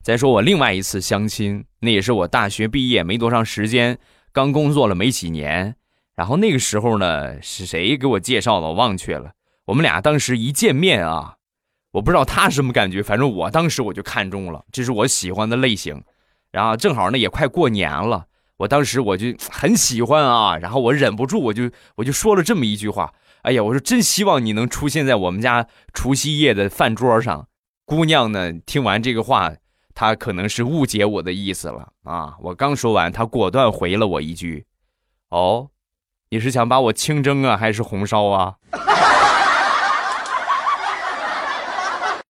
再说我另外一次相亲，那也是我大学毕业没多长时间，刚工作了没几年。然后那个时候呢，是谁给我介绍的我忘却了。我们俩当时一见面啊，我不知道他什么感觉，反正我当时我就看中了，这是我喜欢的类型。然后正好呢也快过年了，我当时我就很喜欢啊，然后我忍不住我就说了这么一句话，哎呀，我说真希望你能出现在我们家除夕夜的饭桌上。姑娘呢听完这个话，她可能是误解我的意思了啊！我刚说完，她果断回了我一句：“哦，你是想把我清蒸啊，还是红烧啊？”